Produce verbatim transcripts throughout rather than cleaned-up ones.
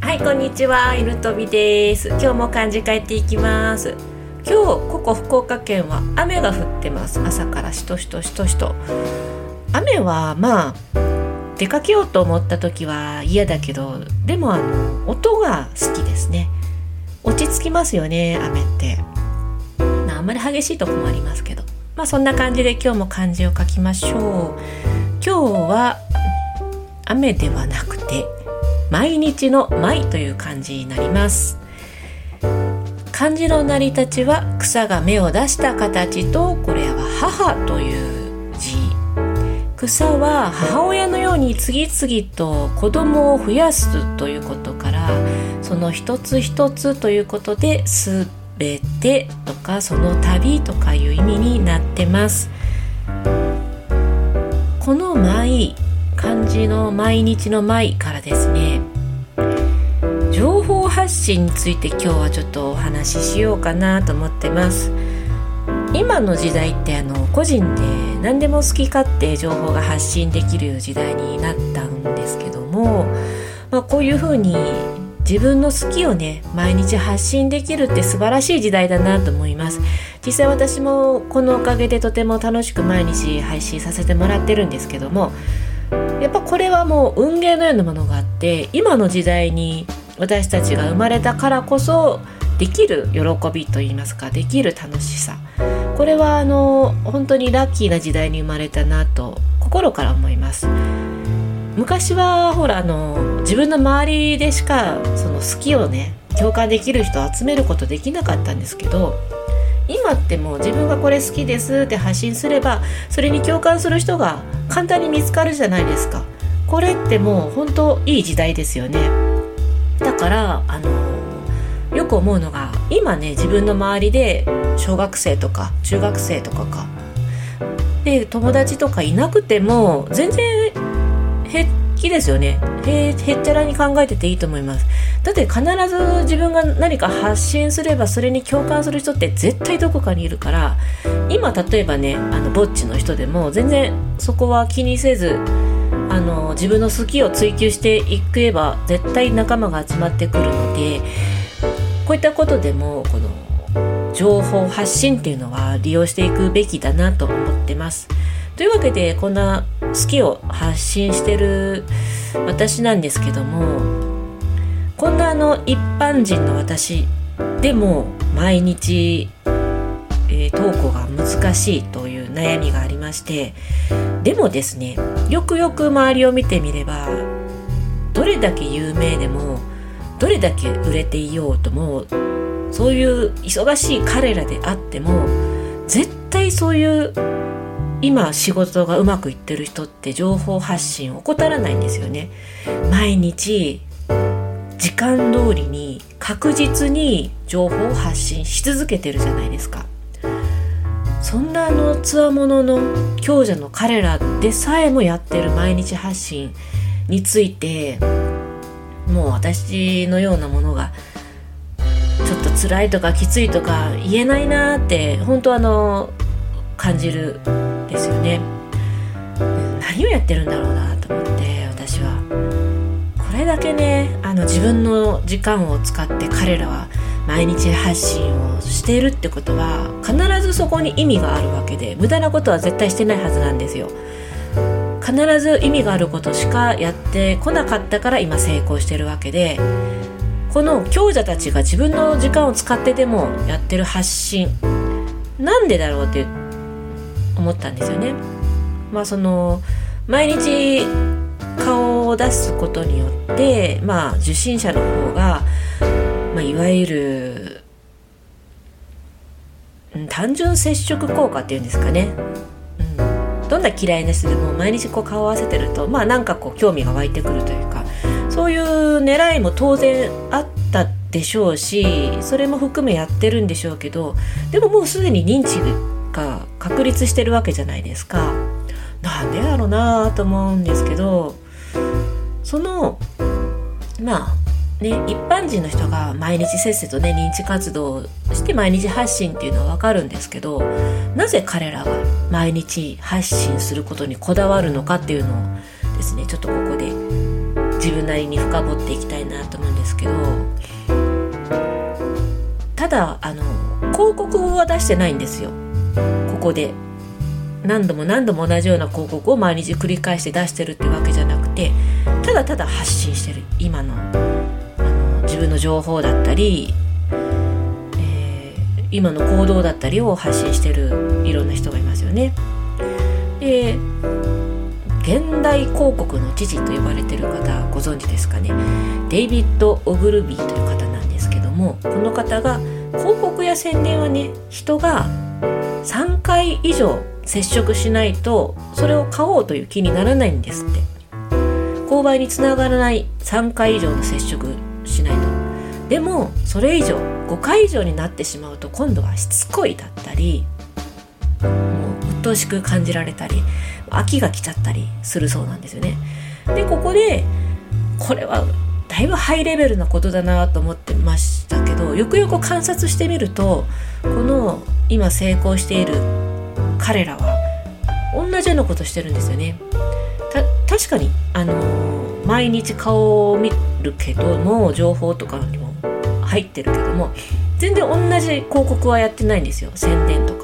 はい、こんにちは、犬飛びです。今日も漢字書いていきます。今日ここ福岡県は雨が降ってます。朝からしとしとしとしと。雨はまあ出かけようと思った時は嫌だけど、でもあの音が好きですね。落ち着きますよね、雨って。まあ、あんまり激しいとこもありますけど、まあそんな感じで今日も漢字を書きましょう。今日は雨ではなくて毎日の毎という漢字になります。漢字の成り立ちは草が芽を出した形と、これは母という字。草は母親のように次々と子供を増やすということから、その一つ一つということで、すべてとかその度とかいう意味になってます。この毎、漢字の毎日の毎からですね、情報発信について今日はちょっとお話ししようかなと思ってます。今の時代ってあの個人で何でも好き勝手情報が発信できる時代になったんですけども、まあ、こういうふうに自分の好きをね毎日発信できるって素晴らしい時代だなと思います。実際私もこのおかげでとても楽しく毎日配信させてもらってるんですけども、やっぱこれはもう運ゲーのようなものがあって、今の時代に私たちが生まれたからこそできる喜びといいますか、できる楽しさ、これはあの本当にラッキーな時代に生まれたなと心から思います。昔はほらあの自分の周りでしかその好きをね共感できる人を集めることできなかったんですけど、今ってもう自分がこれ好きですって発信すれば、それに共感する人が簡単に見つかるじゃないですか。これってもう本当いい時代ですよね。だからあのよく思うのが、今ね自分の周りで小学生とか中学生とかかで友達とかいなくても全然平気ですよね。へ, へっちゃらに考えてていいと思います。だって必ず自分が何か発信すればそれに共感する人って絶対どこかにいるから、今例えばねあのぼっちの人でも全然そこは気にせず、あの自分の好きを追求していけば絶対仲間が集まってくるので、こういったことでもこの情報発信っていうのは利用していくべきだなと思ってます。というわけでこんな好きを発信してる私なんですけども、こんなあの一般人の私でも毎日、えー、投稿が難しいという悩みがありまして、でもですねよくよく周りを見てみれば、どれだけ有名でもどれだけ売れていようとも、そういう忙しい彼らであっても絶対そういう今仕事がうまくいってる人って情報発信を怠らないんですよね。毎日時間通りに確実に情報を発信し続けてるじゃないですか。そんなあのつわものの強者の彼らでさえもやってる毎日発信について、もう私のようなものがちょっと辛いとかきついとか言えないなって本当あの感じるんですよね。何をやってるんだろうなと思って、私はこれだけねあの自分の時間を使って彼らは毎日発信をしているってことは、必ずそこに意味があるわけで、無駄なことは絶対してないはずなんですよ。必ず意味があることしかやってこなかったから今成功してるわけで、この強者たちが自分の時間を使ってでもやってる発信、なんでだろうって思ったんですよね。まあその毎日顔を出すことによって、まあ受信者の方が、まあ、いわゆる単純接触効果っていうんですかね、うん、どんな嫌いな人でも毎日こう顔を合わせてると、まあなんかこう興味が湧いてくるというか、そういう狙いも当然あったでしょうし、それも含めやってるんでしょうけど、でももうすでに認知が確立してるわけじゃないですか。なんでやろうなと思うんですけど、そのまあね、一般人の人が毎日せっせとね認知活動をして毎日発信っていうのは分かるんですけど、なぜ彼らが毎日発信することにこだわるのかっていうのをですね、ちょっとここで自分なりに深掘っていきたいなと思うんですけど、ただあの広告は出してないんですよ。ここで何度も何度も同じような広告を毎日繰り返して出してるってわけじゃなくて、ただただ発信してる今の、あの自分の情報だったり、えー、今の行動だったりを発信してるいろんな人がいますよね。で、現代広告の父と呼ばれてる方ご存知ですかね。デイビッド・オグルビーという方なんですけども、この方が広告や宣伝はね、人がさんかい以上接触しないとそれを買おうという気にならないんですって。購買につながらないさんかい以上の接触しないと。でもそれ以上ごかい以上になってしまうと今度はしつこいだったり、もう鬱陶しく感じられたり、飽きが来ちゃったりするそうなんですよね。で、ここでこれはだいぶハイレベルなことだなと思ってましたけど、よくよく観察してみると、この今成功している彼らは同じようなことしてるんですよね。た確かに、あのー、毎日顔を見るけども、情報とかにも入ってるけども、全然同じ広告はやってないんですよ。宣伝とか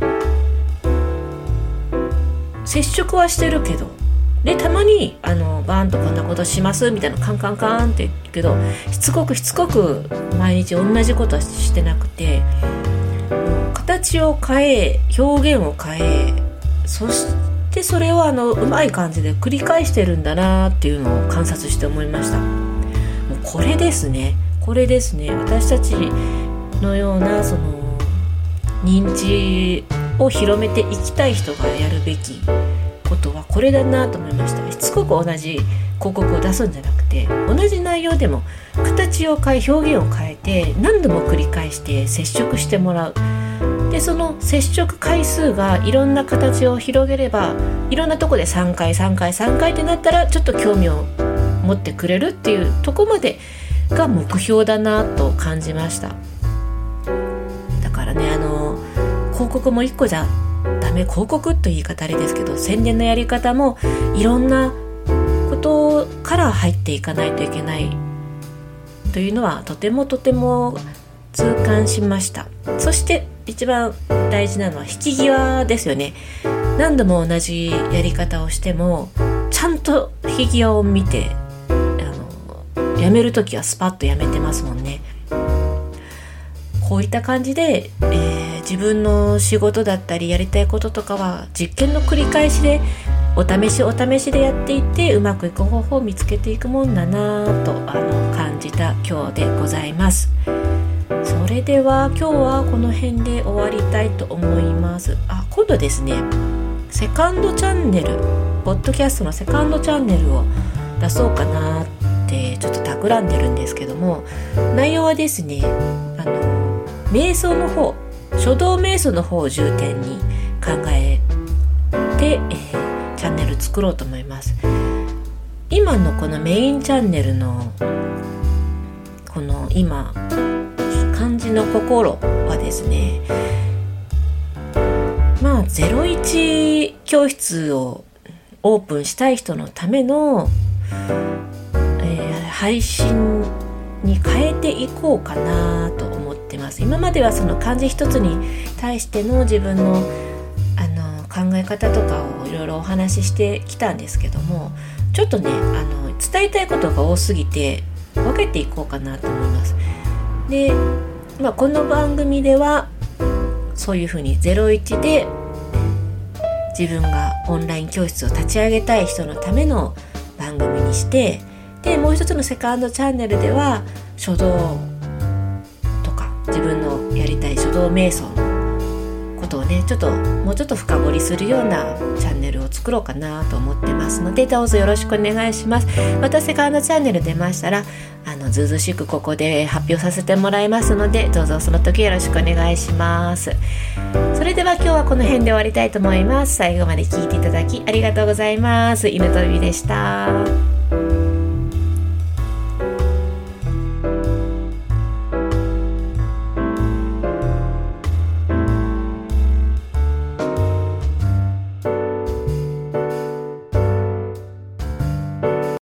接触はしてるけど、でたまにあのバーンとこんなことしますみたいなカンカンカンって言うけど、しつこくしつこく毎日同じことはしてなくて、形を変え、表現を変え、そしてそれをあのうまい感じで繰り返してるんだなっていうのを観察して思いました。もうこれですねこれですね私たちのようなその認知を広めていきたい人がやるべきことはこれだなと思いました。しつこく同じ広告を出すんじゃなくて、同じ内容でも形を変え、表現を変えて何度も繰り返して接触してもらう。で、その接触回数がいろんな形を広げれば、いろんなとこでさんかいさんかいさんかいってなったらちょっと興味を持ってくれるっていうとこまでが目標だなと感じました。だからね、あの広告も一個じゃダメ、広告という言い方あれですけど、宣伝のやり方もいろんなことから入っていかないといけないというのはとてもとても痛感しました。そして一番大事なのは引き際ですよね。何度も同じやり方をしてもちゃんと引き際を見て、あのやめるときはスパッとやめてますもんね。こういった感じで、えー、自分の仕事だったりやりたいこととかは実験の繰り返しでお試しお試しでやっていって、うまくいく方法を見つけていくもんだなとあの感じた今日でございます。それでは今日はこの辺で終わりたいと思います。あ、今度ですね、セカンドチャンネル、ポッドキャストのセカンドチャンネルを出そうかなってちょっと企んでるんですけども、内容はですね、あの瞑想の方、書道瞑想の方を重点に考えて、えー、チャンネル作ろうと思います。今のこのメインチャンネルのこの今漢字の心はですね、まあゼロイチ教室をオープンしたい人のための、えー、配信に変えていこうかなと思ってます。今まではその漢字一つに対しての自分の、あの考え方とかをいろいろお話ししてきたんですけども、ちょっとね、あの伝えたいことが多すぎて分けていこうかなと思います。で、まあ、この番組ではそういうふうにゼロイチで自分がオンライン教室を立ち上げたい人のための番組にして、でもう一つのセカンドチャンネルでは書道とか自分のやりたい書道瞑想のことをね、ちょっともうちょっと深掘りするようなチャンネルを作ろうかなと思ってますので、どうぞよろしくお願いします。またセカンドチャンネル出ましたら、あのずうずうしくここで発表させてもらいますので、どうぞその時よろしくお願いします。それでは今日はこの辺で終わりたいと思います。最後まで聞いていただきありがとうございます。犬とびでした。